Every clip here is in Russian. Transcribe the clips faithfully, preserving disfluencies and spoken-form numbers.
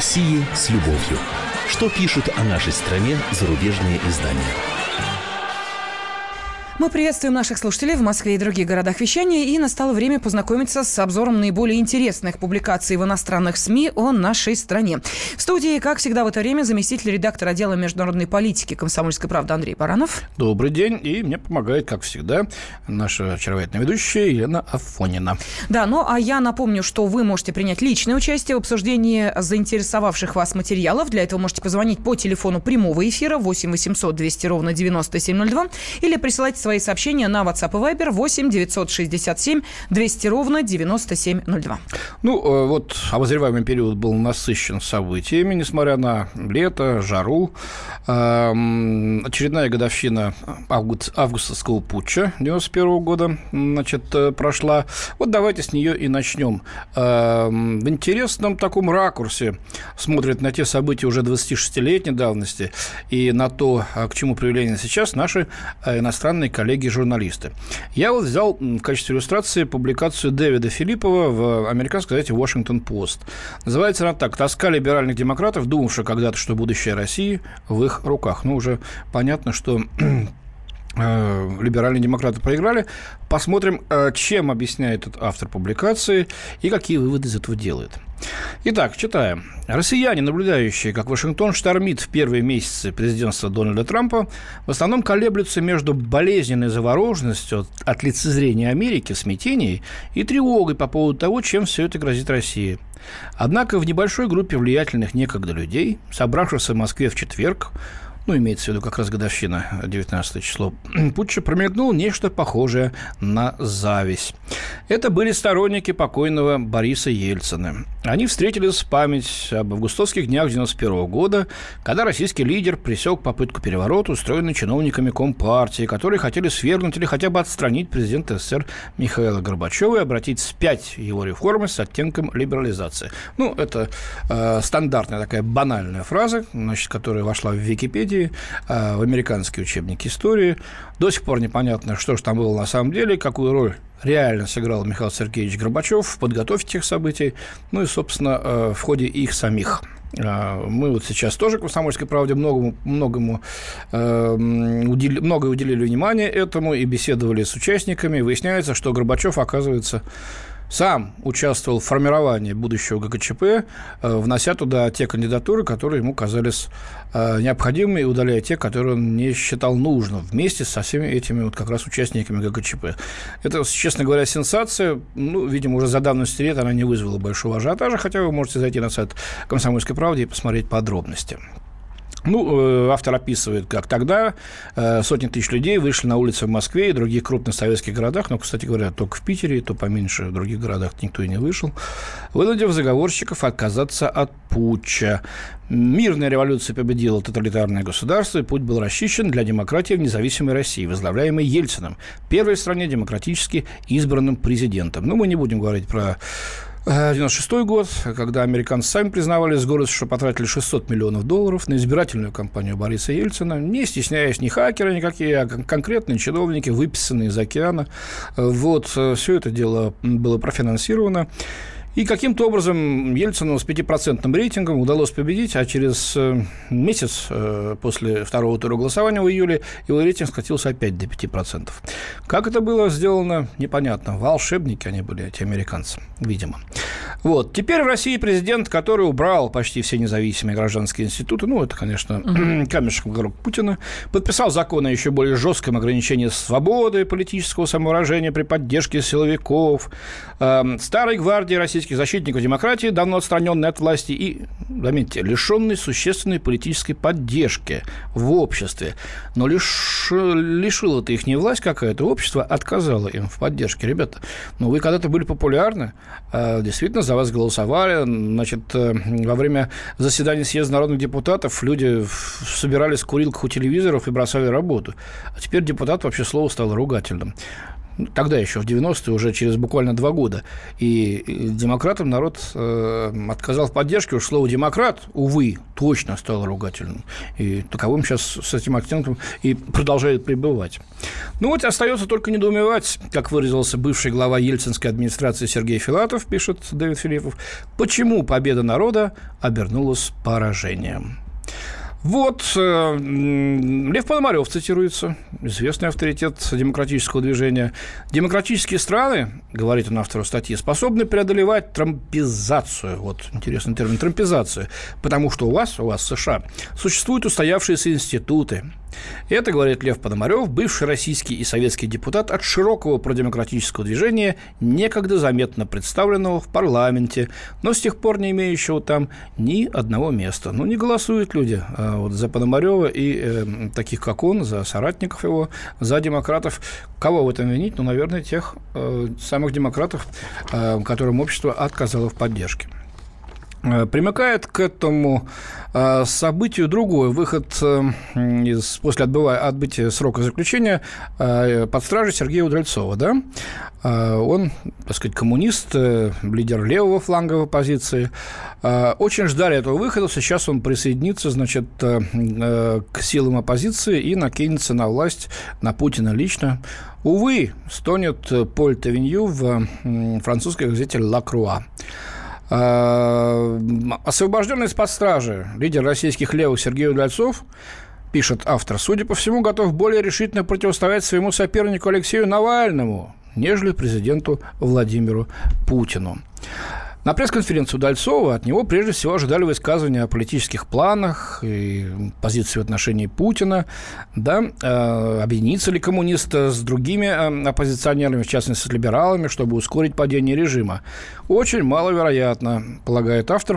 России с любовью. Что пишут о нашей стране зарубежные издания? Мы приветствуем наших слушателей в Москве и других городах вещания, и настало время познакомиться с обзором наиболее интересных публикаций в иностранных СМИ о нашей стране. В студии, как всегда в это время, заместитель редактора отдела международной политики «Комсомольской правды» Андрей Баранов. Добрый день, и мне помогает, как всегда, наша очаровательная ведущая Елена Афонина. Да, ну а я напомню, что вы можете принять личное участие в обсуждении заинтересовавших вас материалов. Для этого можете позвонить по телефону прямого эфира восемь восемьсот двести ровно девяносто семь ноль два или присылать свои сообщения на WhatsApp и Viber восемь девятьсот шестьдесят семь двести ровно девяносто семь ноль два. Ну, вот обозреваемый период был насыщен событиями, несмотря на лето, жару. Очередная годовщина август, августовского путча девяносто первого года, значит, прошла. Вот давайте с нее и начнем. В интересном таком ракурсе смотрят на те события уже двадцатишестилетней давности и на то, к чему привели сейчас наши иностранные коллеги-журналисты. Я вот взял в качестве иллюстрации публикацию Дэвида Филиппова в американской газете «Washington Post». Называется она так: «Тоска либеральных демократов, думавших когда-то, что будущее России в их руках». Ну, уже понятно, что либеральные демократы проиграли. Посмотрим, чем объясняет этот автор публикации и какие выводы из этого делает. Итак, читаем. Россияне, наблюдающие, как Вашингтон штормит в первые месяцы президентства Дональда Трампа, в основном колеблются между болезненной завороженностью от лицезрения Америки в смятении и тревогой по поводу того, чем все это грозит России. Однако в небольшой группе влиятельных некогда людей, собравшихся в Москве в четверг, ну, имеется в виду как раз годовщина, девятнадцатое число путча, промелькнуло нечто похожее на зависть. Это были сторонники покойного Бориса Ельцина. Они встретились в память об августовских днях девяносто первого года, когда российский лидер пресек попытку переворота, устроенную чиновниками Компартии, которые хотели свергнуть или хотя бы отстранить президента СССР Михаила Горбачева и обратить вспять его реформы с оттенком либерализации. Ну, это э, стандартная такая банальная фраза, значит, которая вошла в Википедию, в американские учебники истории. До сих пор непонятно, что же там было на самом деле, какую роль реально сыграл Михаил Сергеевич Горбачев в подготовке этих событий, ну и, собственно, в ходе их самих. Мы вот сейчас тоже в «Комсомольской правде» многому, многому, э, удели, многое уделили внимание этому и беседовали с участниками. Выясняется, что Горбачев, оказывается, сам участвовал в формировании будущего ГКЧП, внося туда те кандидатуры, которые ему казались необходимыми, и удаляя те, которые он не считал нужным, вместе со всеми этими вот как раз участниками ГКЧП. Это, честно говоря, сенсация. Ну, видимо, уже за давностью лет она не вызвала большого ажиотажа, хотя вы можете зайти на сайт «Комсомольской правды» и посмотреть подробности. Ну, автор описывает, как тогда сотни тысяч людей вышли на улицы в Москве и других крупных советских городах, но, кстати говоря, только в Питере, то поменьше в других городах никто и не вышел, вынудив заговорщиков отказаться от путча. Мирная революция победила тоталитарное государство, и путь был расчищен для демократии в независимой России, возглавляемой Ельциным, первой в стране демократически избранным президентом. Но мы не будем говорить про девяносто шестой год, когда американцы сами признавались с гордостью, что потратили шестьсот миллионов долларов на избирательную кампанию Бориса Ельцина, не стесняясь ни хакеры никакие, а конкретные чиновники, выписанные из океана. Вот, все это дело было профинансировано. И каким-то образом Ельцину с пятипроцентным рейтингом удалось победить, а через месяц после второго тура голосования в июле его рейтинг скатился опять до пяти процентов. Как это было сделано, непонятно. Волшебники они были, эти американцы, видимо. Вот. Теперь в России президент, который убрал почти все независимые гражданские институты, ну, это, конечно, uh-huh. камешек в огород Путина, подписал закон о еще более жестком ограничении свободы политического самовыражения при поддержке силовиков, э, старой гвардии российских защитников демократии, давно отстраненной от власти и, заметьте, лишенной существенной политической поддержки в обществе. Но лиш... лишила это их не власть какая-то, общество отказало им в поддержке. Ребята, ну вы когда-то были популярны, действительно за вас голосовали, значит, во время заседания съезда народных депутатов люди собирались в курилках у телевизоров и бросали работу. А теперь депутат вообще слово стало ругательным. тогда еще, в девяностые, уже через буквально два года. И демократам народ э, отказал в поддержке. Уж слово «демократ», увы, точно стало ругательным. И таковым сейчас с этим акцентом и продолжает пребывать. Ну вот остается только недоумевать, как выразился бывший глава ельцинской администрации Сергей Филатов, пишет Давид Филиппов, почему победа народа обернулась поражением. Вот, э, Лев Пономарев цитируется, известный авторитет демократического движения. Демократические страны, говорит он автору статьи, способны преодолевать трампизацию. Вот интересный термин, трампизацию. Потому что у вас, у вас в США, существуют устоявшиеся институты. Это, говорит Лев Пономарев, бывший российский и советский депутат от широкого продемократического движения, некогда заметно представленного в парламенте, но с тех пор не имеющего там ни одного места. Ну, не голосуют люди а вот за Пономарева и э, таких, как он, за соратников его, за демократов. Кого в этом винить? Ну, наверное, тех э, самых демократов, э, которым общество отказало в поддержке. Примыкает к этому э, событию другой выход э, из, после отбывая, отбытия срока заключения э, под стражей Сергея Удальцова. Да? Э, он, так сказать, коммунист, э, лидер левого фланга в оппозиции. Э, очень ждали этого выхода. Сейчас он присоединится, значит, э, э, к силам оппозиции и накинется на власть, на Путина лично. Увы, стонет Поль Тавинью в э, французской газете «Ла Круа». Освобожденный из-под стражи лидер российских левых Сергей Удальцов, пишет автор, судя по всему, готов более решительно противостоять своему сопернику Алексею Навальному, нежели президенту Владимиру Путину. На пресс-конференции Удальцова от него прежде всего ожидали высказывания о политических планах и позиции в отношении Путина, да, э, объединится ли коммунист с другими э, оппозиционерами, в частности, с либералами, чтобы ускорить падение режима. Очень маловероятно, полагает автор,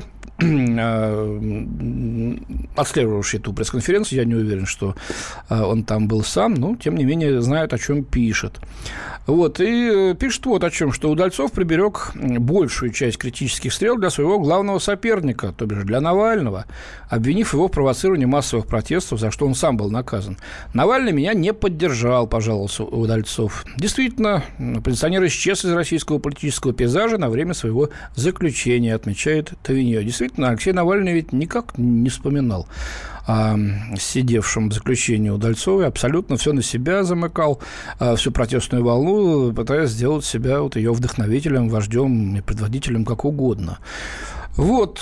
отслеживавший эту пресс-конференцию. Я не уверен, что он там был сам, но, тем не менее, знает, о чем пишет. Вот, и пишет вот о чем, что Удальцов приберег большую часть критических стрел для своего главного соперника, то бишь для Навального, обвинив его в провоцировании массовых протестов, за что он сам был наказан. Навальный меня не поддержал, пожаловался Удальцов. Действительно, оппозиционер исчез из российского политического пейзажа на время своего заключения, отмечает Тавиньо. Действительно, Алексей Навальный ведь никак не вспоминал о сидевшем в заключении Удальцовой, абсолютно все на себя замыкал, всю протестную волну, пытаясь сделать себя вот ее вдохновителем, вождем и предводителем как угодно. Вот,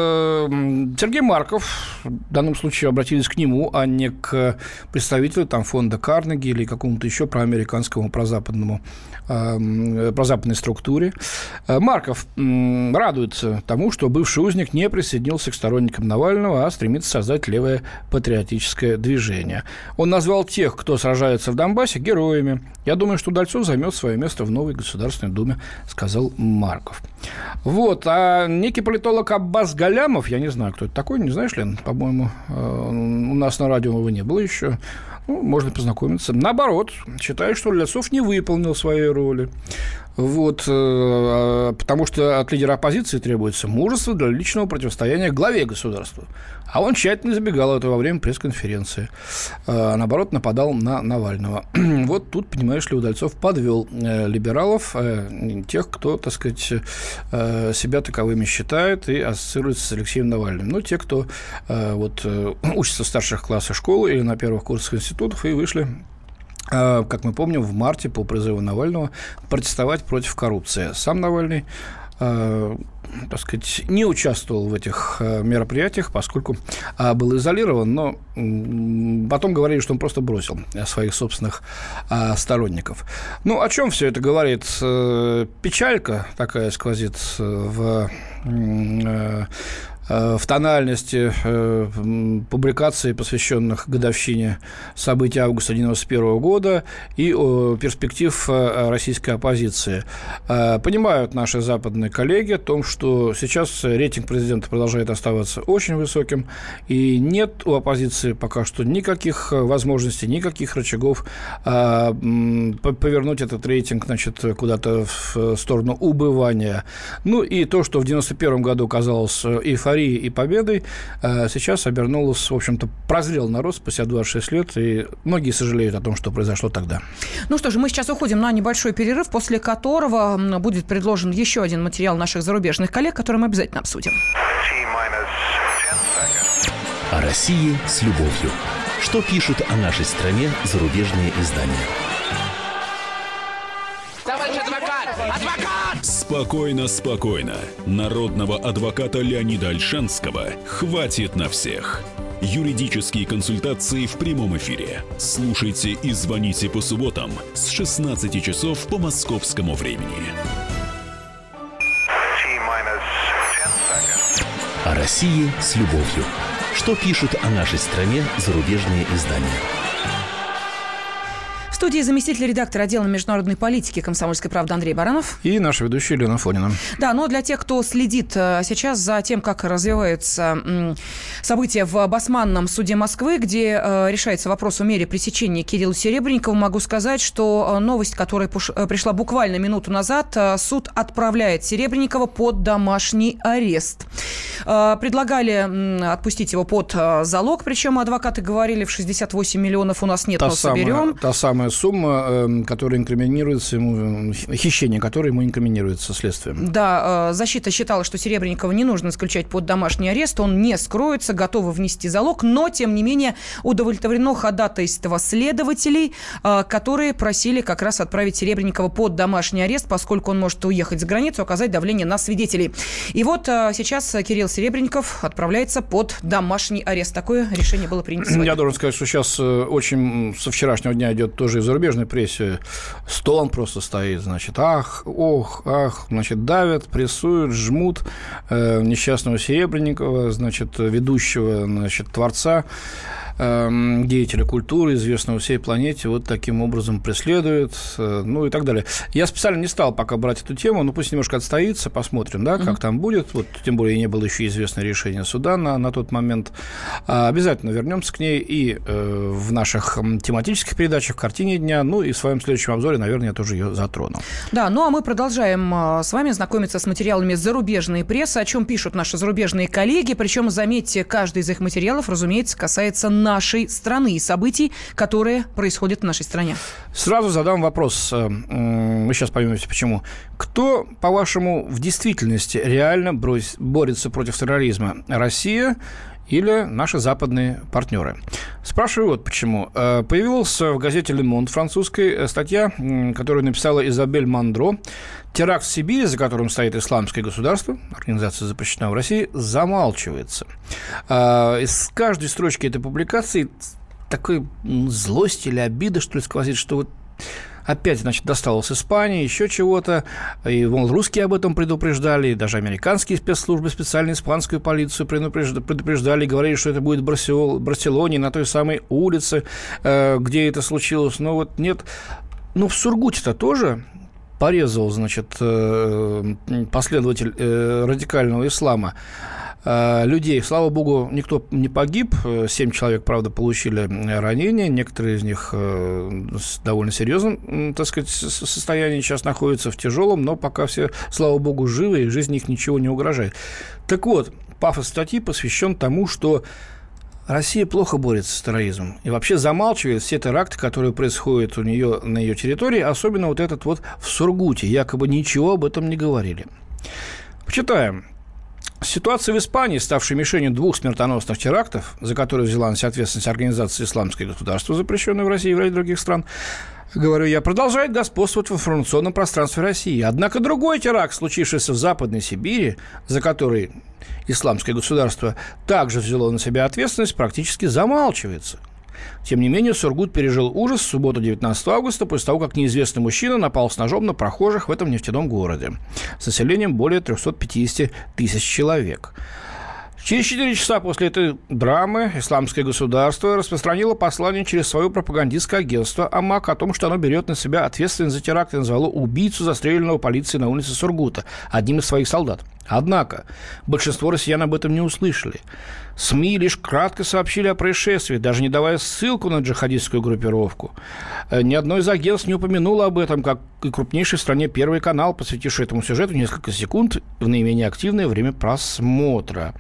Сергей Марков, в данном случае обратились к нему, а не к представителю там, фонда Карнеги или какому-то еще проамериканскому, прозападному, прозападной структуре. Марков радуется тому, что бывший узник не присоединился к сторонникам Навального, а стремится создать левое патриотическое движение. Он назвал тех, кто сражается в Донбассе, героями. Я думаю, что Удальцов займет свое место в новой Государственной Думе, сказал Марков. Вот, а некий политолог Аббас Галямов, я не знаю, кто это такой, не знаешь, Лен, по-моему, у нас на радио его не было еще, ну, можно познакомиться. Наоборот, считает, что Удальцов не выполнил своей роли. Вот, потому что от лидера оппозиции требуется мужество для личного противостояния главе государства. А он тщательно избегал этого во время пресс-конференции. А наоборот, нападал на Навального. Вот тут, понимаешь ли, Удальцов подвел либералов, тех, кто, так сказать, себя таковыми считает и ассоциируется с Алексеем Навальным. Ну, те, кто вот, учится в старших классах школы или на первых курсах институтов и вышли, как мы помним, в марте по призыву Навального протестовать против коррупции. Сам Навальный, э, так сказать, не участвовал в этих мероприятиях, поскольку э, был изолирован, но э, потом говорили, что он просто бросил своих собственных э, сторонников. Ну, о чем все это говорит? Э, печалька такая сквозит в... Э, в тональности э, публикаций, посвященных годовщине событий августа девяносто первого года и о перспектив э, российской оппозиции. Э, понимают наши западные коллеги о том, что сейчас рейтинг президента продолжает оставаться очень высоким, и нет у оппозиции пока что никаких возможностей, никаких рычагов э, повернуть этот рейтинг, значит, куда-то в сторону убывания. Ну и то, что в девяносто первом году казалось эйфорией, эйфорией и победой сейчас обернулась, в общем-то, прозрел народ спустя двадцать шесть лет, и многие сожалеют о том, что произошло тогда. Ну что же, мы сейчас уходим на небольшой перерыв, после которого будет предложен еще один материал наших зарубежных коллег, который мы обязательно обсудим. О России с любовью. Что пишут о нашей стране зарубежные издания? Товарищ адвокат! Адвокат! Спокойно, спокойно. Народного адвоката Леонида Ольшанского хватит на всех. Юридические консультации в прямом эфире. Слушайте и звоните по субботам с шестнадцати часов по московскому времени. О России с любовью. Что пишут о нашей стране зарубежные издания? В студии заместитель редактора отдела международной политики «Комсомольской правды» Андрей Баранов. И наша ведущая Елена Афонина. Да, но для тех, кто следит сейчас за тем, как развиваются события в Басманном суде Москвы, где решается вопрос о мере пресечения Кириллу Серебренникову, могу сказать, что новость, которая пришла буквально минуту назад, суд отправляет Серебренникова под домашний арест. Предлагали отпустить его под залог, причем адвокаты говорили, в шестьдесят восемь миллионов у нас нет, та но самая, соберем. Та самая сумма, которая инкриминируется ему, хищение которой ему инкриминируется следствием. Да, защита считала, что Серебренникова не нужно исключать под домашний арест, он не скроется, готовы внести залог, но, тем не менее, удовлетворено ходатайство следователей, которые просили как раз отправить Серебренникова под домашний арест, поскольку он может уехать за границу, оказать давление на свидетелей. И вот сейчас Кирилл Серебренников отправляется под домашний арест. Такое решение было принято сегодня. Я должен сказать, что сейчас очень со вчерашнего дня идет тоже и в зарубежной прессе стон просто стоит, значит, ах, ох, ах, значит, давят, прессуют, жмут э, несчастного Серебренникова, значит, ведущего, значит, творца, э, деятеля культуры, известного всей планете, вот таким образом преследуют, э, ну и так далее. Я специально не стал пока брать эту тему, но пусть немножко отстоится, посмотрим, да, как mm-hmm. там будет, вот, тем более не было еще известно решение суда на, на тот момент. А, обязательно вернемся к ней и э, в наших тематических передачах, в картине дня, ну и в своем следующем обзоре, наверное, я тоже ее затрону. Да, ну а мы продолжаем с вами знакомиться с материалами зарубежной прессы, о чем пишут наши зарубежные коллеги, причем, заметьте, каждый из их материалов, разумеется, касается нашей страны и событий, которые происходят в нашей стране. Сразу задам вопрос, вы сейчас поймете почему. Кто, по-вашему, в действительности реально борется против терроризма? Россия или наши западные партнеры? Спрашиваю вот почему. Появилась в газете «Le Monde» французской статья, которую написала Изабель Мандро. Теракт в Сибири, за которым стоит исламское государство, организация запрещена в России, замалчивается. Из каждой строчки этой публикации такой злость или обида, что ли, сквозит, что вот опять, значит, досталось Испании, еще чего-то. И, мол, русские об этом предупреждали, и даже американские спецслужбы, специально испанскую полицию предупреждали, говорили, что это будет в Барселоне, на той самой улице, где это случилось. Но вот нет. Ну, в Сургуте-то тоже порезал, значит, последователь радикального ислама людей. Слава богу, никто не погиб. Семь человек, правда, получили ранения. Некоторые из них с довольно серьезным, так сказать, состоянием сейчас находятся в тяжелом, но пока все, слава богу, живы, и жизни их ничего не угрожает. Так вот, пафос статьи посвящен тому, что Россия плохо борется с терроризмом и вообще замалчивает все теракты, которые происходят у нее на ее территории, особенно вот этот вот в Сургуте. Якобы ничего об этом не говорили. Почитаем. Ситуация в Испании, ставшей мишенью двух смертоносных терактов, за которые взяла на себя ответственность организация «Исламское государство», запрещенное в России и в ряде других стран, говорю я, продолжает господствовать в информационном пространстве России. Однако другой теракт, случившийся в Западной Сибири, за который «Исламское государство» также взяло на себя ответственность, практически замалчивается. Тем не менее, Сургут пережил ужас в субботу девятнадцатого августа после того, как неизвестный мужчина напал с ножом на прохожих в этом нефтяном городе с населением более триста пятьдесят тысяч человек. Через четыре часа после этой драмы «Исламское государство» распространило послание через свое пропагандистское агентство «Амак» о том, что оно берет на себя ответственность за теракт и назвало убийцу, застреленного полицией на улице Сургута, одним из своих солдат. Однако большинство россиян об этом не услышали. СМИ лишь кратко сообщили о происшествии, даже не давая ссылку на джихадистскую группировку. Ни одно из агентств не упомянуло об этом, как и крупнейшей в стране Первый канал, посвятивший этому сюжету несколько секунд в наименее активное время просмотра.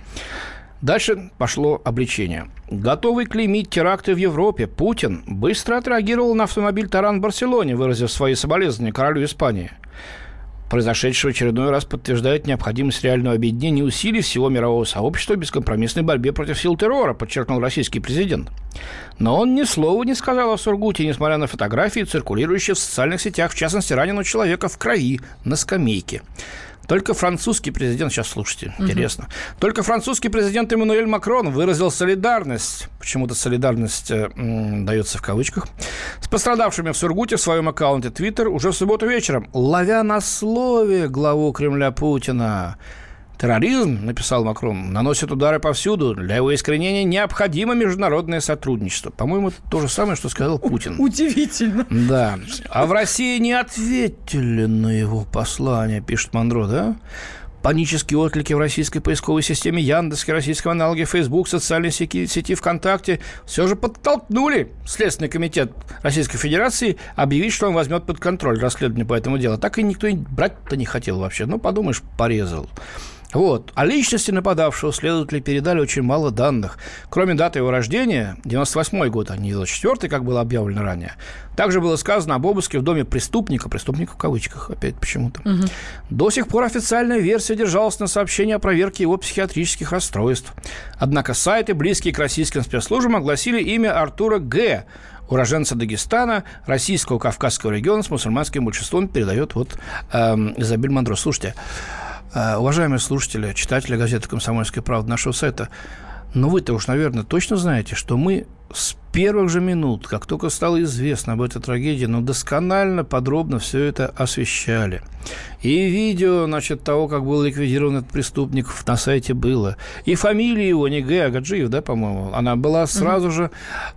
Дальше пошло обличение. Готовый клеймить теракты в Европе, Путин быстро отреагировал на автомобиль «Таран» в Барселоне, выразив свои соболезнования королю Испании. Произошедшее в очередной раз подтверждает необходимость реального объединения усилий всего мирового сообщества в бескомпромиссной борьбе против сил террора, подчеркнул российский президент. Но он ни слова не сказал о Сургуте, несмотря на фотографии, циркулирующие в социальных сетях, в частности, раненого человека в крови на скамейке. Только французский президент, сейчас слушайте, интересно, uh-huh. только французский президент Эммануэль Макрон выразил солидарность, почему-то солидарность э, м, дается в кавычках, с пострадавшими в Сургуте в своем аккаунте Twitter уже в субботу вечером, ловя на слове главу Кремля Путина. Терроризм, написал Макрон, наносит удары повсюду. Для его искоренения необходимо международное сотрудничество. По-моему, это то же самое, что сказал Путин. Удивительно. Да. А в России не ответили на его послание, пишет Мондро, да? Панические отклики в российской поисковой системе Яндекс, российского аналога Facebook, социальной сети, сети ВКонтакте все же подтолкнули Следственный комитет Российской Федерации объявить, что он возьмет под контроль расследование по этому делу. Так и никто брать-то не хотел вообще. Ну, подумаешь, порезал. Вот. О личности нападавшего следователи передали очень мало данных. Кроме даты его рождения, девяносто восьмой год, а не девяносто четвёртый, как было объявлено ранее. Также было сказано об обыске в доме преступника, преступника в кавычках, опять почему-то. Угу. До сих пор официальная версия держалась на сообщении о проверке его психиатрических расстройств. Однако сайты, близкие к российским спецслужбам, огласили имя Артура Г., уроженца Дагестана, российского Кавказского региона с мусульманским большинством, передает вот эм, Изабель Мондро. Слушайте, уважаемые слушатели, читатели газеты «Комсомольская правда» нашего сайта, но вы-то уж, наверное, точно знаете, что мы с первых же минут, как только стало известно об этой трагедии, ну, досконально, подробно все это освещали. И видео, значит, того, как был ликвидирован этот преступник, на сайте было. И фамилия его, не Г, а Гаджиев, да, по-моему, она была сразу mm-hmm. же,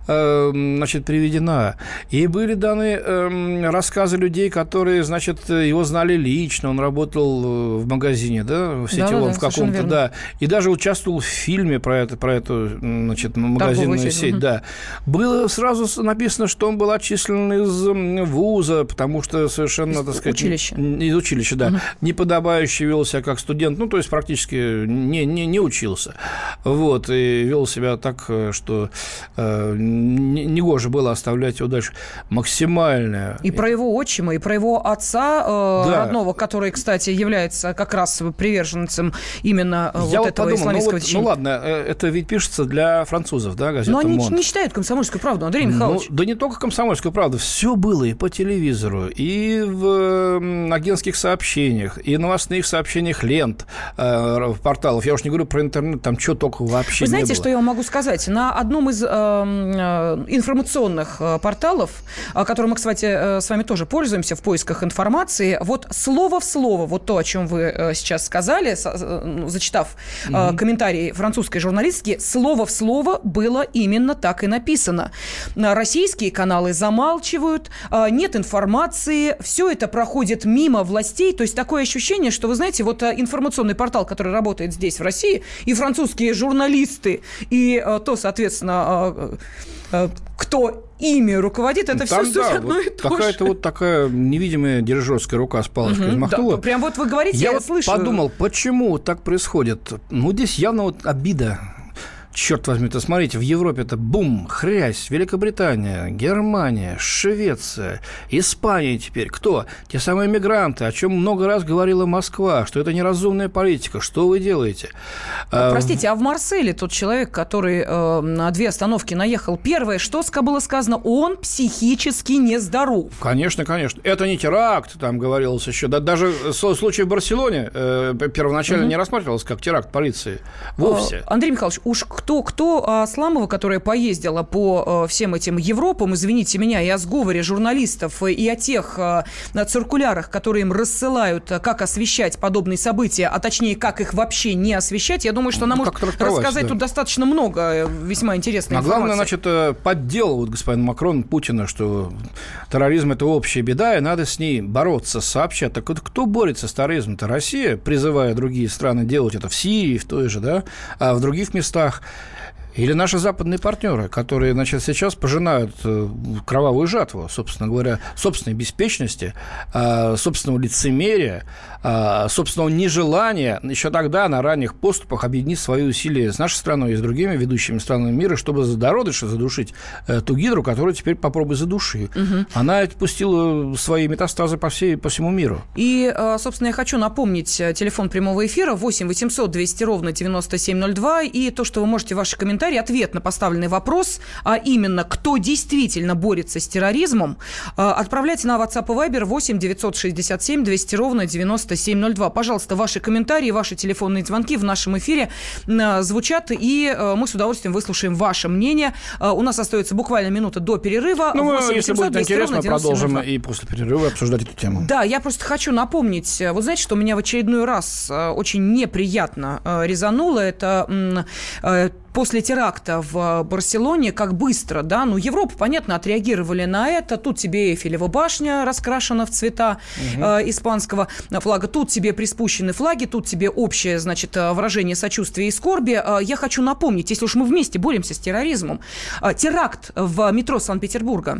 э, значит, приведена. И были даны э, рассказы людей, которые, значит, его знали лично. Он работал в магазине, да, в сетевом, да, да, в каком-то, да. И даже участвовал в фильме про, это, про эту, значит, магазинную сеть, mm-hmm. да. Было сразу написано, что он был отчислен из вуза, потому что совершенно, из так сказать... Училища. Из училища, да. Угу. Неподобающе вел себя как студент, ну, то есть практически не, не, не учился. Вот, и вел себя так, что э, негоже было оставлять его дальше. Максимально. И про его отчима, и про его отца э, да. родного, который, кстати, является как раз приверженцем именно э, вот этого подумал, исламистского ну, течения. Ну, ладно, это ведь пишется для французов, да, газета Но они «Монт». не читают «Комсомольскую правду», Андрей Михайлович. Ну, да не только «Комсомольскую правду», все было и по телевизору, и в агентских сообщениях, и новостных сообщениях лент, э, порталов. Я уж не говорю про интернет, там что только вообще Вы не знаете, было. что я вам могу сказать? На одном из э, информационных порталов, которым мы, кстати, с вами тоже пользуемся в поисках информации, вот слово в слово, вот то, о чем вы сейчас сказали, зачитав mm-hmm. комментарий французской журналистки, слово в слово было именно так и написано. Российские каналы замалчивают, нет информации, все это проходит мимо властей, то есть такое ощущение, что, вы знаете, вот информационный портал, который работает здесь, в России, и французские журналисты, и то, соответственно, кто ими руководит, это там, все да, суть одно вот и то какая-то вот такая невидимая дирижерская рука с палочкой угу, взмахнула. Да, прям вот вы говорите, я, я вот слышу. подумал, почему так происходит? Ну, здесь явно вот обида. Черт возьми, то смотрите, в Европе это бум, хрясь, Великобритания, Германия, Швеция, Испания теперь. Кто? Те самые мигранты, о чем много раз говорила Москва, что это неразумная политика. Что вы делаете? Простите, а в Марселе тот человек, который э, на две остановки наехал, первое, что было сказано, он психически нездоров. Конечно, конечно. Это не теракт, там говорилось еще. Да, даже случай в Барселоне э, первоначально угу. не рассматривался как теракт полиции. Вовсе. Андрей Михайлович, уж кто кто-кто, а Асламова, которая поездила по э, всем этим Европам, извините меня, и о сговоре журналистов, и о тех э, циркулярах, которые им рассылают, как освещать подобные события, а точнее, как их вообще не освещать, я думаю, что она ну, может рассказать да. тут достаточно много весьма интересной а информации. Главное, значит, подделывают господин Макрон Путина, что терроризм – это общая беда, и надо с ней бороться сообща. Так вот, кто борется с терроризмом-то? Россия, призывая другие страны делать это в Сирии, в той же, да, а в других местах. Или наши западные партнеры, которые, значит, сейчас пожинают кровавую жатву, собственно говоря, собственной беспечности, собственного лицемерия, собственного нежелания еще тогда на ранних поступах объединить свои усилия с нашей страной и с другими ведущими странами мира, чтобы за зародыши задушить ту гидру, которую теперь попробуй задуши. Угу. Она отпустила свои метастазы по, всей, по всему миру. И, собственно, я хочу напомнить телефон прямого эфира восемь восемьсот двести ровно девяносто семь ноль два и то, что вы можете ваши комментарии, ответ на поставленный вопрос, а именно, кто действительно борется с терроризмом, отправляйте на WhatsApp и Viber восемь девятьсот шестьдесят семь двести ровно девяносто семь ноль два. Пожалуйста, ваши комментарии, ваши телефонные звонки в нашем эфире звучат, и мы с удовольствием выслушаем ваше мнение. У нас остается буквально минута до перерыва. Ну, восемь, если будет интересно, продолжим и после перерыва обсуждать эту тему. Да, я просто хочу напомнить, вы знаете, что меня в очередной раз очень неприятно резануло, это после теракта в Барселоне, как быстро, да, ну, Европа, понятно, отреагировали на это. Тут тебе Эйфелева башня раскрашена в цвета угу. э, испанского флага, тут тебе приспущены флаги, тут тебе общее, значит, выражение сочувствия и скорби. Э, я хочу напомнить, если уж мы вместе боремся с терроризмом, э, теракт в метро Санкт-Петербурга.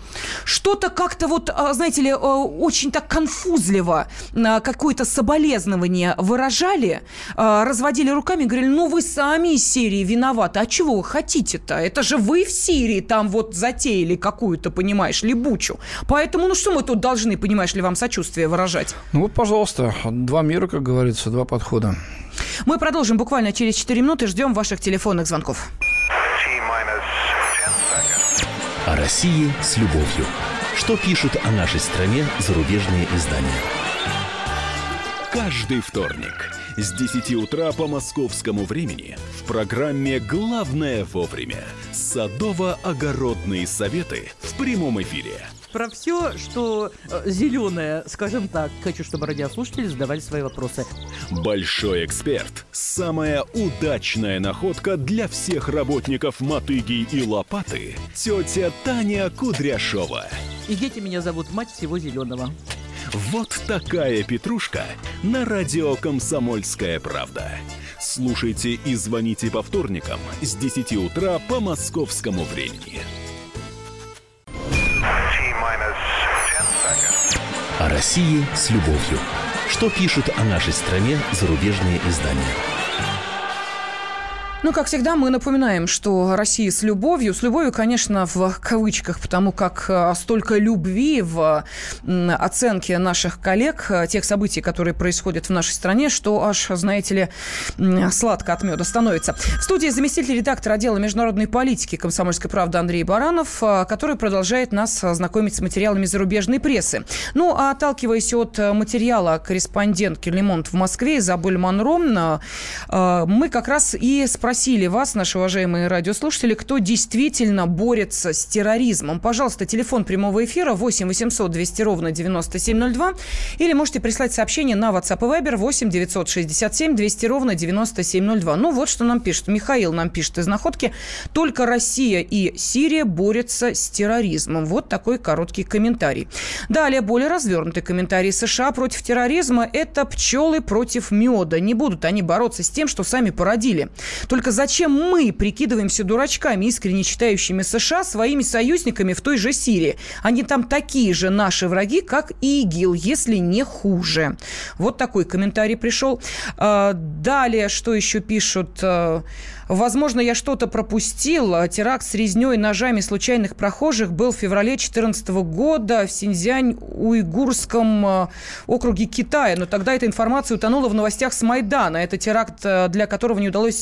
Что-то как-то вот, знаете ли, очень так конфузливо какое-то соболезнование выражали, разводили руками, говорили, ну вы сами из Сирии виноваты, а чего вы хотите-то? Это же вы в Сирии там вот затеяли какую-то, понимаешь ли, бучу. Поэтому, ну что мы тут должны, понимаешь ли, вам сочувствие выражать? Ну вот, пожалуйста, два мира, как говорится, два подхода. Мы продолжим буквально через четыре минуты, ждем ваших телефонных звонков. О России с любовью. Что пишут о нашей стране зарубежные издания? Каждый вторник с десяти утра по московскому времени в программе «Главное вовремя» садово-огородные советы в прямом эфире. Про все, что э, зеленое, скажем так, хочу, чтобы радиослушатели задавали свои вопросы. Большой эксперт. Самая удачная находка для всех работников мотыги и лопаты. Тетя Таня Кудряшова. И дети меня зовут мать всего зеленого. Вот такая петрушка на радио «Комсомольская правда». Слушайте и звоните по вторникам с десяти утра по московскому времени. О России с любовью. Что пишут о нашей стране зарубежные издания? Ну, как всегда, мы напоминаем, что Россия с любовью, с любовью, конечно, в кавычках, потому как столько любви в оценке наших коллег, тех событий, которые происходят в нашей стране, что аж, знаете ли, сладко от меда становится. В студии заместитель редактора отдела международной политики «Комсомольской правды» Андрей Баранов, который продолжает нас знакомить с материалами зарубежной прессы. Ну, а отталкиваясь от материала корреспондентки «Le Monde» в Москве Изабель Монро, мы как раз и спросили Спросили вас, наши уважаемые радиослушатели, кто действительно борется с терроризмом. Пожалуйста, телефон прямого эфира восемь восемьсот двести ровно девяносто семь ноль два или можете прислать сообщение на WhatsApp и Viber восемь девятьсот шестьдесят семь двести ровно девяносто семь ноль два. Ну вот что нам пишет. Михаил нам пишет из Находки. Только Россия и Сирия борются с терроризмом. Вот такой короткий комментарий. Далее более развернутый комментарий. США против терроризма – это пчелы против меда. Не будут они бороться с тем, что сами породили. Только зачем мы прикидываемся дурачками, искренне считающими США своими союзниками в той же Сирии? Они там такие же наши враги, как и ИГИЛ, если не хуже. Вот такой комментарий пришел. Далее, что еще пишут? Возможно, я что-то пропустил. Теракт с резней ножами случайных прохожих был в феврале две тысячи четырнадцатого года в Синьцзянь-Уйгурском округе Китая. Но тогда эта информация утонула в новостях с Майдана. Это теракт, для которого не удалось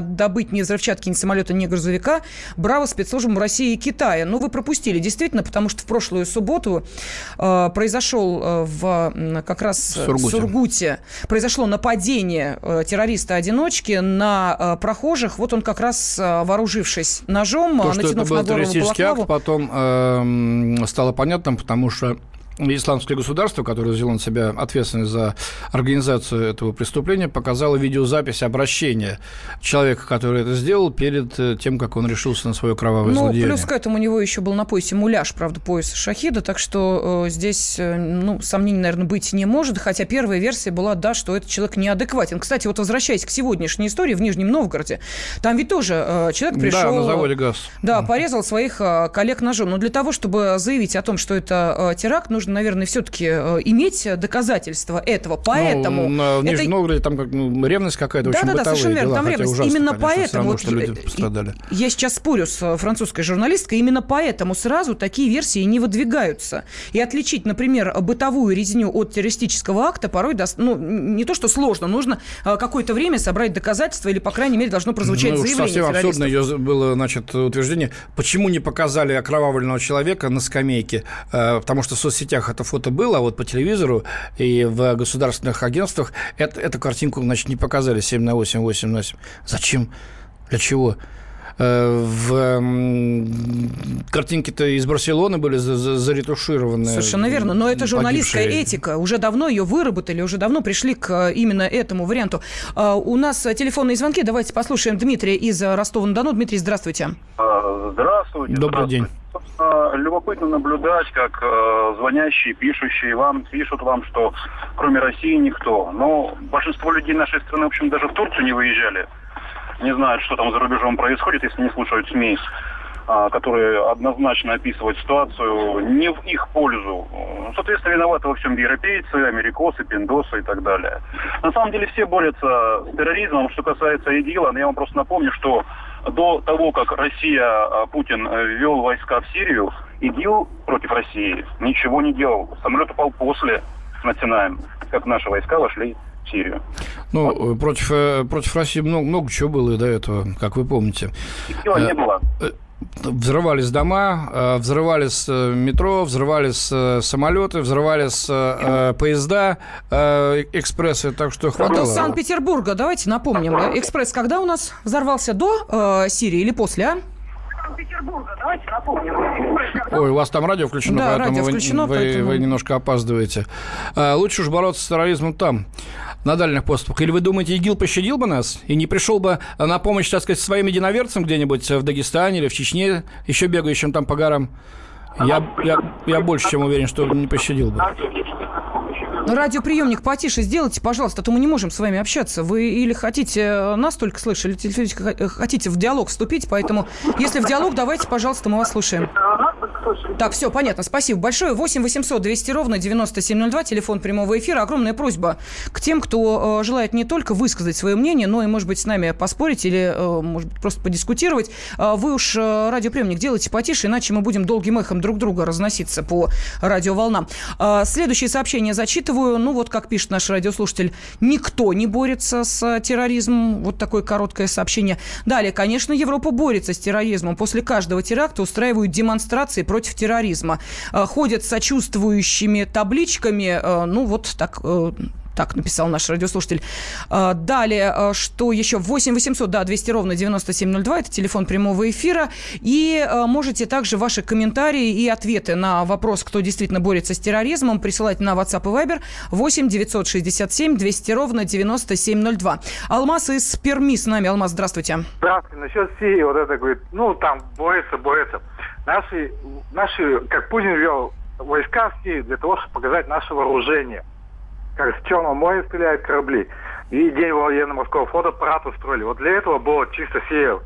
добыть ни взрывчатки, ни самолета, ни грузовика. Браво спецслужбам России и Китая. Ну, вы пропустили, действительно, потому что в прошлую субботу э, произошел э, в как раз в Сургуте. Сургуте произошло нападение э, террориста-одиночки на э, прохожих. Вот он как раз, э, вооружившись ножом, То, натянув что это был на голову террористический балаклаву, акт, потом э, стало понятным, потому что Исламское государство, которое взяло на себя ответственность за организацию этого преступления, показало видеозапись обращения человека, который это сделал, перед тем, как он решился на свое кровавое ну, злодеяние. Плюс к этому у него еще был на поясе муляж, правда, пояса шахида, так что э, здесь э, ну, сомнений, наверное, быть не может, хотя первая версия была, да, что этот человек неадекватен. Кстати, вот возвращаясь к сегодняшней истории в Нижнем Новгороде, там ведь тоже э, человек пришел... Да, на заводе ГАЗ. Да, порезал своих э, коллег ножом. Но для того, чтобы заявить о том, что это э, теракт, нужно, наверное, все-таки э, иметь доказательства этого. Поэтому... Ну, в Нижнем это... Новгороде там как, ну, ревность какая-то, да, очень да, бытовые да, дела. Там ревность. Ужасно, именно конечно, поэтому... вот, что люди пострадали. Я сейчас спорю с французской журналисткой. Именно поэтому сразу такие версии не выдвигаются. И отличить, например, бытовую резню от террористического акта порой, до... ну, не то что сложно, нужно какое-то время собрать доказательства или, по крайней мере, должно прозвучать ну, заявление совсем террористов. абсурдно ее было, значит, утверждение, почему не показали окровавленного человека на скамейке, потому что в соцсетях это фото было, а вот по телевизору и в государственных агентствах это, эту картинку, значит, не показали семь на восемь, восемь на восемь. Зачем? Для чего? В картинки-то из Барселоны были заретушированы. Совершенно верно, но это журналистская погибшие. Этика. Уже давно ее выработали, уже давно пришли к именно этому варианту. У нас телефонные звонки. Давайте послушаем Дмитрия из Ростова-на-Дону. Дмитрий, здравствуйте. Здравствуйте. Добрый день. Любопытно наблюдать, как звонящие, пишущие вам, пишут вам, что кроме России никто. Но большинство людей нашей страны, в общем, даже в Турцию не выезжали. Не знают, что там за рубежом происходит, если не слушают СМИ, которые однозначно описывают ситуацию не в их пользу. Соответственно, виноваты во всем европейцы, америкосы, пиндосы и так далее. На самом деле все борются с терроризмом. Что касается ИГИЛа, я вам просто напомню, что до того, как Россия, Путин ввел войска в Сирию, ИГИЛ против России ничего не делал. Самолет упал после Синай, как наши войска вошли в Сирию. Ну, вот. против, против России много, много чего было и до этого, как вы помните. ИГИЛа не было. Взрывались дома, взрывались метро, взрывались самолеты, взрывались поезда, экспрессы, так что хватало. До Санкт-Петербурга, давайте напомним. Экспресс когда у нас взорвался? До э, Сирии или после, а? Петербурга, давайте напомним. Ой, у вас там радио включено, да, поэтому, радио вы, включено, вы, поэтому вы немножко опаздываете. А, лучше уж бороться с терроризмом там, на дальних поступах. Или вы думаете, ИГИЛ пощадил бы нас и не пришел бы на помощь, так сказать, своим единоверцам где-нибудь в Дагестане или в Чечне, еще бегающим там по горам? Я, я, я больше чем уверен, что не пощадил бы. Радиоприемник потише сделайте, пожалуйста, а то мы не можем с вами общаться. Вы или хотите нас только слышать, или хотите в диалог вступить, поэтому если в диалог, давайте, пожалуйста, мы вас слушаем. Так, все, понятно, спасибо большое. восемь восемьсот двести ровно девяносто семь ноль два, телефон прямого эфира. Огромная просьба к тем, кто э, желает не только высказать свое мнение, но и, может быть, с нами поспорить или, э, может быть, просто подискутировать. Э, вы уж э, радиоприемник делайте потише, иначе мы будем долгим эхом друг друга разноситься по радиоволнам. Э, следующее сообщение зачитываю. Ну, вот как пишет наш радиослушатель, никто не борется с терроризмом. Вот такое короткое сообщение. Далее, конечно, Европа борется с терроризмом. После каждого теракта устраивают демонстрации против терроризма. Ходят с сочувствующими табличками. Ну, вот так... Так написал наш радиослушатель. Далее, что еще? восемь восемьсот, да, двести ровно девяносто семь ноль два. Это телефон прямого эфира. И можете также ваши комментарии и ответы на вопрос, кто действительно борется с терроризмом, присылать на WhatsApp и Viber восемь девятьсот шестьдесят семь двести ровно девяносто семь ноль два. Алмаз из Перми с нами. Алмаз, здравствуйте. Здравствуйте. Насчет Сирии, вот это говорит, ну, там борется, борется. Наши, наши, как Путин вел войска в Сирию для того, чтобы показать наше вооружение. Как с Черного моря стреляют корабли. И день военно-морского флота парад устроили. Вот для этого было чисто Сирия.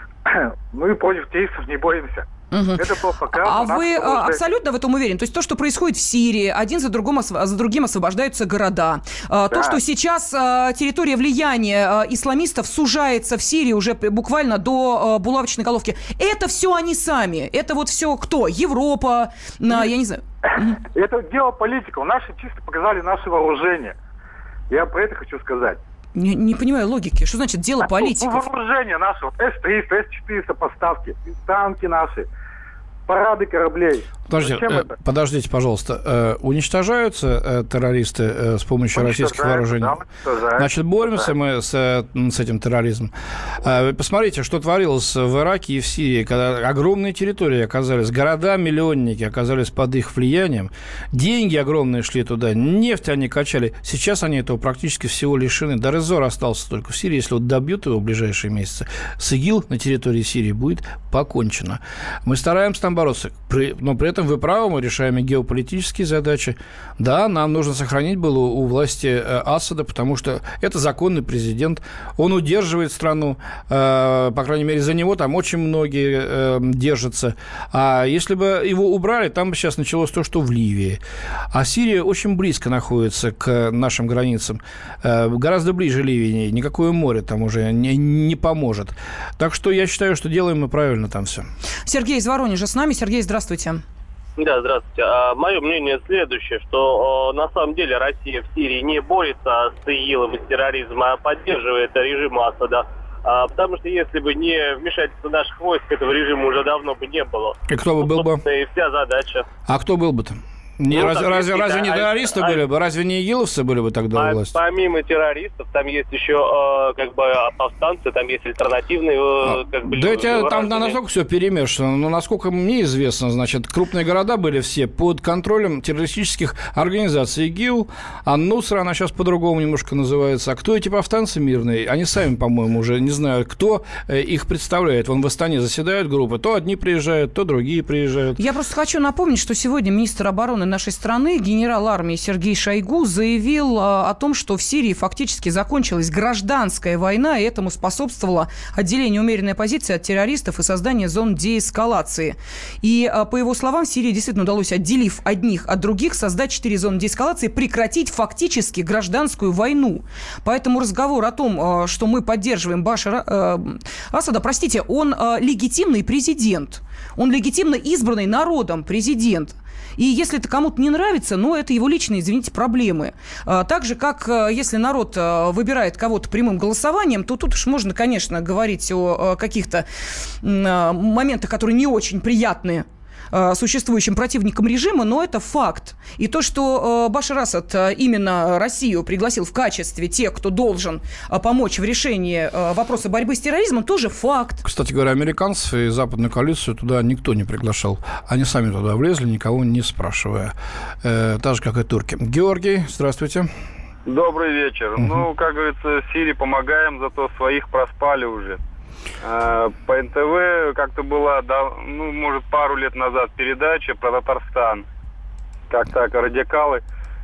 Мы против террористов не боремся. Угу. Это было показано. А вы было... абсолютно в этом уверены? То есть то, что происходит в Сирии, один за другим, за другим освобождаются города. Да. То, что сейчас территория влияния исламистов сужается в Сирии уже буквально до булавочной головки. Это все они сами. Это вот все кто? Европа, я не знаю. Это дело политиков. Наши чисто показали наше вооружение. Я про это хочу сказать. Не, не понимаю логики. Что значит дело политиков? Вооружение наше, вот эс триста, эс четыреста поставки, танки наши, парады кораблей. Подождите, э, подождите, пожалуйста. Э, уничтожаются э, террористы э, с помощью российских вооружений? Да, Значит, боремся да. мы с, с этим терроризмом. Э, вы посмотрите, что творилось в Ираке и в Сирии, когда огромные территории оказались, города-миллионники оказались под их влиянием, деньги огромные шли туда, нефть они качали. Сейчас они этого практически всего лишены. Дар эз-Зор остался только в Сирии. Если вот добьют его в ближайшие месяцы, с ИГИЛ на территории Сирии будет покончено. Мы стараемся там бороться, но при этом вы правы, мы решаем и геополитические задачи. Да, нам нужно сохранить было у власти Асада, потому что это законный президент, он удерживает страну, э, по крайней мере, за него там очень многие э, держатся. А если бы его убрали, там бы сейчас началось то, что в Ливии. А Сирия очень близко находится к нашим границам, э, гораздо ближе Ливии, никакое море там уже не, не поможет. Так что я считаю, что делаем мы правильно там все. Сергей из Воронежа с нами. Сергей, здравствуйте. Да, здравствуйте. А, мое мнение следующее, что о, на самом деле Россия в Сирии не борется с ИГИЛом и с терроризмом, а поддерживает режим Асада. А, потому что если бы не вмешательство наших войск, этого режима уже давно бы не было. И кто бы был бы? И вся задача. А кто был бы там? Не, ну, разве разве, разве не террористы а, были бы? Разве не игиловцы были бы тогда у власти? Помимо террористов, там есть еще э, как бы повстанцы, там есть альтернативные... Э, как бы, да это там настолько все перемешано. Но насколько мне известно, значит, крупные города были все под контролем террористических организаций. ИГИЛ, Ан-Нусра, она сейчас по-другому немножко называется. А кто эти повстанцы мирные? Они сами, по-моему, уже не знаю, кто их представляет. Вон в Астане заседают группы. То одни приезжают, то другие приезжают. Я просто хочу напомнить, что сегодня министр обороны нашей страны, генерал армии Сергей Шойгу, заявил о том, что в Сирии фактически закончилась гражданская война, и этому способствовало отделение умеренной оппозиции от террористов и создание зон деэскалации. И, по его словам, в Сирии действительно удалось, отделив одних от других, создать четыре зоны деэскалации, прекратить фактически гражданскую войну. Поэтому разговор о том, что мы поддерживаем Башара э, Асада, простите, он э, легитимный президент. Он легитимно избранный народом президент. И если это кому-то не нравится, ну, это его личные, извините, проблемы. Так же, как если народ выбирает кого-то прямым голосованием, то тут уж можно, конечно, говорить о каких-то моментах, которые не очень приятные существующим противникам режима, но это факт. И то, что Башар Асад именно Россию пригласил в качестве тех, кто должен помочь в решении вопроса борьбы с терроризмом, тоже факт. Кстати говоря, американцев и западную коалицию туда никто не приглашал. Они сами туда влезли, никого не спрашивая. Э, так же, как и турки. Георгий, здравствуйте. Добрый вечер. Угу. Ну, как говорится, Сирии помогаем, зато своих проспали уже. По эн тэ вэ как-то была, да, ну, может, пару лет назад передача про Татарстан. Как так, радикалы,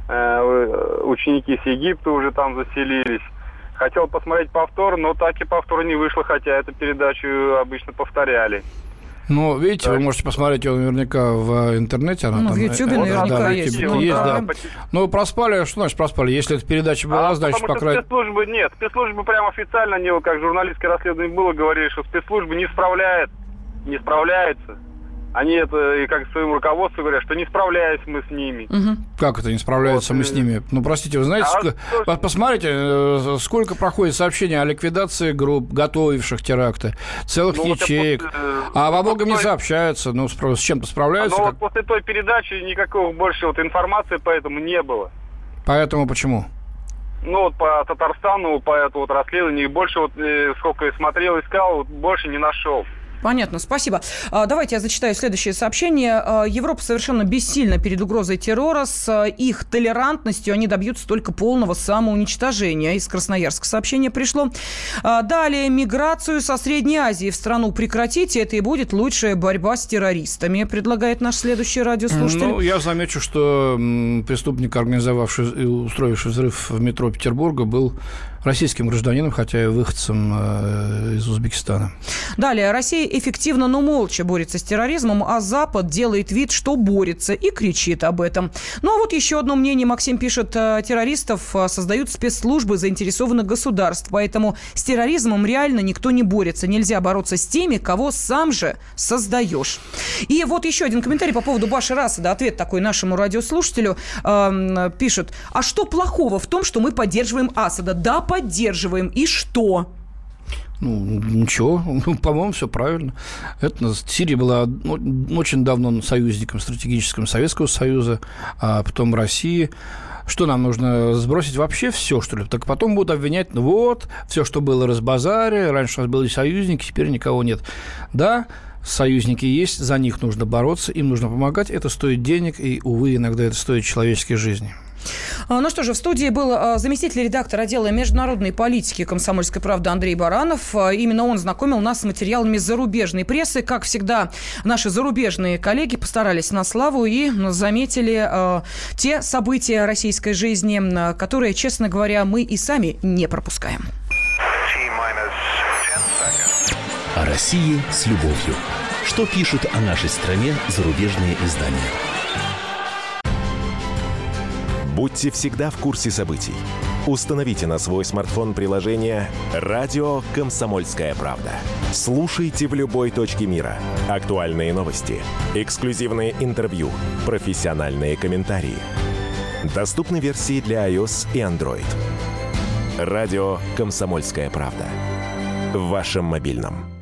э, ученики с Египта уже там заселились. Хотел посмотреть повтор, но так и повтор не вышло, хотя эту передачу обычно повторяли. Ну, видите, так. Вы можете посмотреть ее наверняка в интернете. Она ну, там, в Ютьюбе наверняка да, есть. есть, есть да. Ну, проспали, что значит проспали? Если эта передача была, а, значит, по крайней мере... спецслужбы нет. Спецслужбы прямо официально, они, как журналистское расследование было, говорили, что спецслужбы не справляют, не справляются. Они это и как своему руководству говорят, что не справляемся мы с ними. Угу. Как это не справляются вот, мы с ними? Ну, простите, вы знаете, а ск... то, посмотрите, сколько проходит сообщений о ликвидации групп, готовивших теракты, целых ну, ячеек. Вот, э, а во многом не сообщаются, ну, с чем-то справляются. Но как... вот после той передачи никакого больше вот информации поэтому не было. Поэтому почему? Ну, вот по Татарстану, по этому вот расследованию, больше вот, э, сколько я смотрел, искал, вот, больше не нашел. Понятно, спасибо. Давайте я зачитаю следующее сообщение. Европа совершенно бессильна перед угрозой террора. С их толерантностью они добьются только полного самоуничтожения. Из Красноярска сообщение пришло. Далее. Миграцию со Средней Азии в страну прекратите. Это и будет лучшая борьба с террористами, предлагает наш следующий радиослушатель. Ну, я замечу, что преступник, организовавший и устроивший взрыв в метро Петербурга, был российским гражданином, хотя и выходцем э, из Узбекистана. Далее. Россия эффективно, но молча борется с терроризмом, а Запад делает вид, что борется, и кричит об этом. Ну, а вот еще одно мнение. Максим пишет, террористов создают спецслужбы заинтересованных государств, поэтому с терроризмом реально никто не борется. Нельзя бороться с теми, кого сам же создаешь. И вот еще один комментарий по поводу Башара Асада. Ответ такой нашему радиослушателю. Э, пишет, а что плохого в том, что мы поддерживаем Асада? Да, поддерживаем. поддерживаем. И что? Ну, ничего, по-моему, все правильно. Это, Сирия была очень давно союзником стратегическим Советского Союза, а потом России. Что нам нужно сбросить вообще все, что ли? Так потом будут обвинять, ну вот, все, что было, разбазари, раньше у нас были союзники, теперь никого нет. Да, союзники есть, за них нужно бороться, им нужно помогать, это стоит денег, и, увы, иногда это стоит человеческой жизни. Ну что же, в студии был заместитель редактора отдела международной политики «Комсомольской правды» Андрей Баранов. Именно он знакомил нас с материалами зарубежной прессы. Как всегда, наши зарубежные коллеги постарались на славу и заметили э, те события российской жизни, которые, честно говоря, мы и сами не пропускаем. О России с любовью. Что пишут о нашей стране зарубежные издания? Будьте всегда в курсе событий. Установите на свой смартфон приложение «Радио Комсомольская правда». Слушайте в любой точке мира. Актуальные новости, эксклюзивные интервью, профессиональные комментарии. Доступны версии для iOS и Android. «Радио Комсомольская правда». В вашем мобильном.